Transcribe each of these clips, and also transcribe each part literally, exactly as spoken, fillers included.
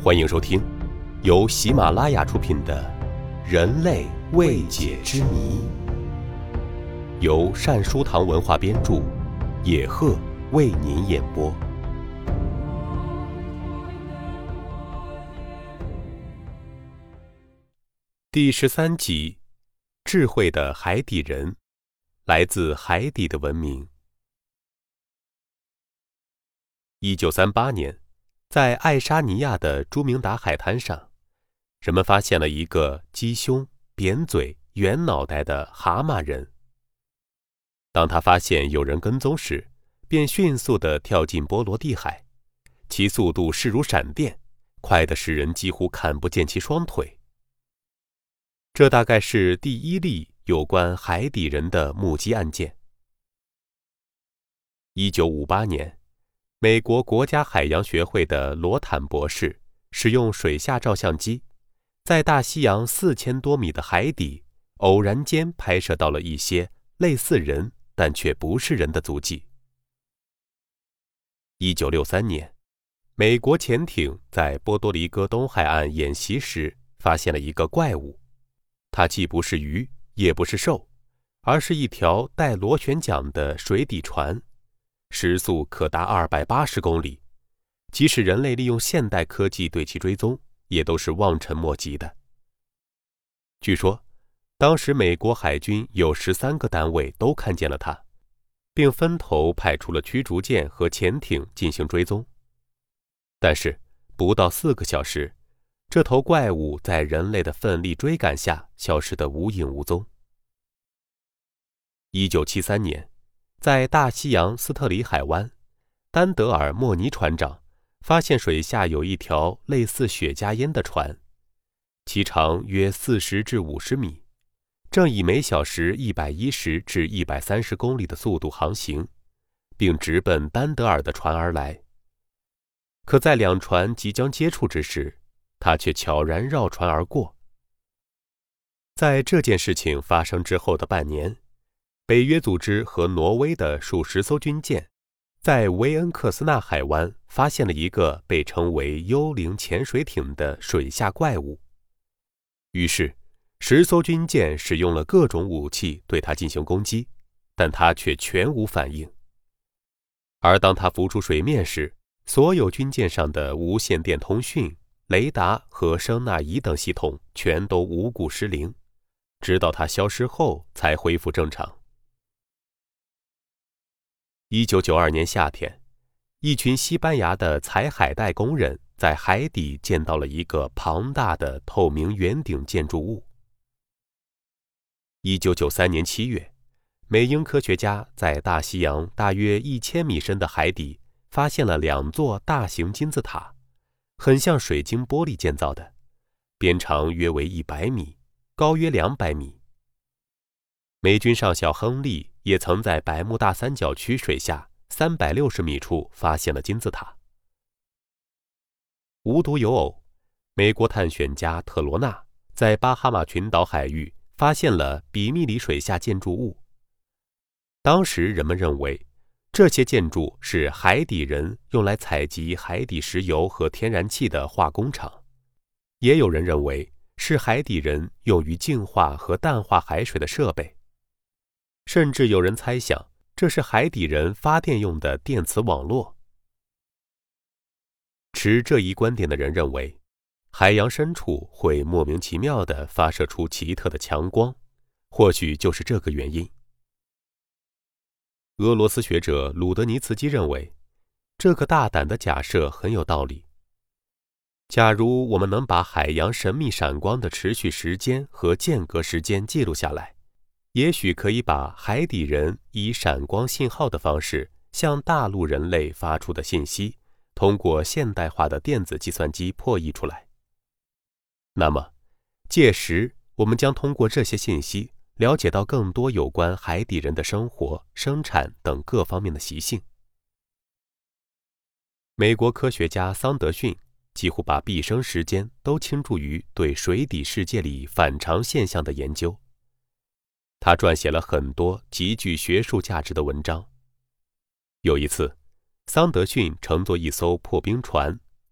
欢迎收听由喜马拉雅出品的《人类未解之谜》，由善书堂文化编著，野鹤为您演播。第十三集，智慧的海底人，来自海底的文明。一九三八年，在爱沙尼亚的朱明达海滩上，人们发现了一个鸡胸、扁嘴、圆脑袋的蛤蟆人。当他发现有人跟踪时，便迅速地跳进波罗的海，其速度势如闪电，快得使人几乎看不见其双腿。这大概是第一例有关海底人的目击案件。一九五八年，美国国家海洋学会的罗坦博士使用水下照相机，在大西洋四千多米的海底，偶然间拍摄到了一些类似人但却不是人的足迹。一九六三年，美国潜艇在波多黎各东海岸演习时，发现了一个怪物。它既不是鱼，也不是兽，而是一条带螺旋桨的水底船，时速可达二百八十公里，即使人类利用现代科技对其追踪，也都是望尘莫及的。据说，当时美国海军有十三个单位都看见了它，并分头派出了驱逐舰和潜艇进行追踪。但是，不到四个小时，这头怪物在人类的奋力追赶下消失得无影无踪。一九七三年，在大西洋斯特里海湾，丹德尔·莫尼船长发现水下有一条类似雪茄烟的船，其长约四十至五十米，正以每小时一百一十至一百三十公里的速度航行，并直奔丹德尔的船而来。可在两船即将接触之时，他却悄然绕船而过。在这件事情发生之后的半年，北约组织和挪威的数十艘军舰在维恩克斯纳海湾发现了一个被称为幽灵潜水艇的水下怪物。于是十艘军舰使用了各种武器对它进行攻击，但它却全无反应。而当它浮出水面时，所有军舰上的无线电通讯、雷达和声纳仪等系统全都无故失灵，直到它消失后才恢复正常。一九九二年夏天，一群西班牙的采海带工人在海底见到了一个庞大的透明圆顶建筑物。一九九三年七月，美英科学家在大西洋大约一千米深的海底发现了两座大型金字塔，很像水晶玻璃建造的，边长约为一百米，高约两百米。美军上校亨利也曾在百慕大三角区水下三百六十米处发现了金字塔。无独有偶，美国探险家特罗纳在巴哈马群岛海域发现了比密里水下建筑物。当时人们认为，这些建筑是海底人用来采集海底石油和天然气的化工厂，也有人认为是海底人用于净化和淡化海水的设备，甚至有人猜想这是海底人发电用的电磁网络。持这一观点的人认为，海洋深处会莫名其妙地发射出奇特的强光，或许就是这个原因。俄罗斯学者鲁德尼茨基认为，这个大胆的假设很有道理。假如我们能把海洋神秘闪光的持续时间和间隔时间记录下来，也许可以把海底人以闪光信号的方式向大陆人类发出的信息，通过现代化的电子计算机破译出来。那么，届时我们将通过这些信息了解到更多有关海底人的生活、生产等各方面的习性。美国科学家桑德逊几乎把毕生时间都倾注于对水底世界里反常现象的研究。他撰写了很多极具学术价值的文章。有一次，桑德逊乘坐一艘破冰船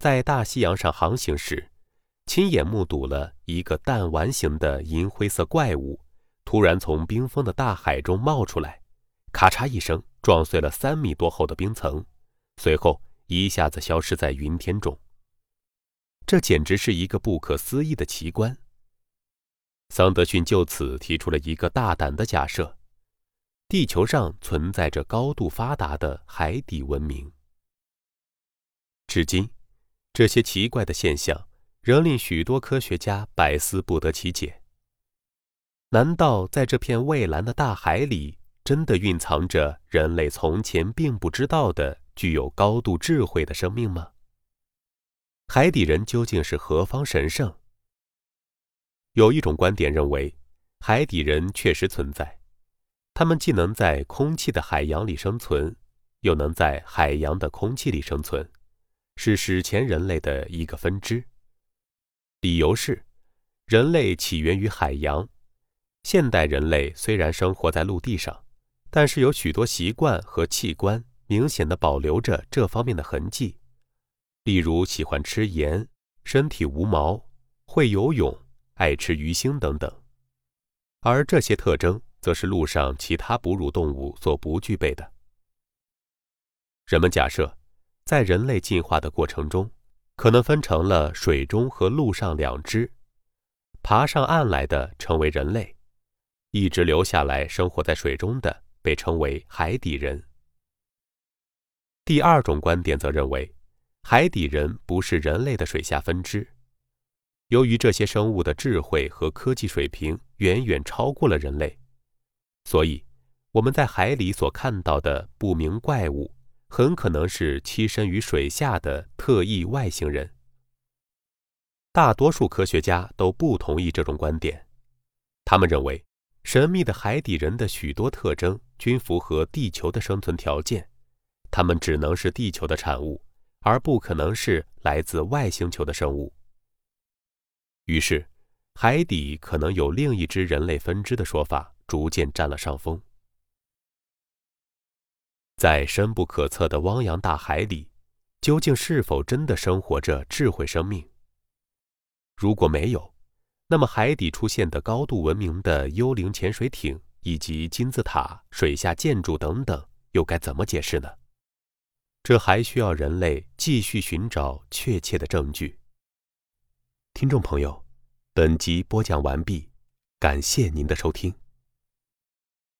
在大西洋上航行时，亲眼目睹了一个弹丸形的银灰色怪物突然从冰封的大海中冒出来，咔嚓一声撞碎了三米多厚的冰层，随后一下子消失在云天中。这简直是一个不可思议的奇观。桑德逊就此提出了一个大胆的假设：地球上存在着高度发达的海底文明。至今，这些奇怪的现象仍令许多科学家百思不得其解。难道在这片蔚蓝的大海里，真的蕴藏着人类从前并不知道的具有高度智慧的生命吗？海底人究竟是何方神圣？有一种观点认为，海底人确实存在，他们既能在空气的海洋里生存，又能在海洋的空气里生存，是史前人类的一个分支。理由是，人类起源于海洋，现代人类虽然生活在陆地上，但是有许多习惯和器官明显地保留着这方面的痕迹，例如喜欢吃盐、身体无毛、会游泳、爱吃鱼腥等等。而这些特征则是陆上其他哺乳动物所不具备的。人们假设，在人类进化的过程中，可能分成了水中和陆上两支，爬上岸来的称为人类，一直留下来生活在水中的被称为海底人。第二种观点则认为，海底人不是人类的水下分支。由于这些生物的智慧和科技水平远远超过了人类，所以我们在海里所看到的不明怪物很可能是栖身于水下的特异外星人。大多数科学家都不同意这种观点，他们认为神秘的海底人的许多特征均符合地球的生存条件，他们只能是地球的产物，而不可能是来自外星球的生物。于是，海底可能有另一支人类分支的说法逐渐占了上风。在深不可测的汪洋大海里，究竟是否真的生活着智慧生命？如果没有，那么海底出现的高度文明的幽灵潜水艇以及金字塔、水下建筑等等，又该怎么解释呢？这还需要人类继续寻找确切的证据。听众朋友，本集播讲完毕，感谢您的收听。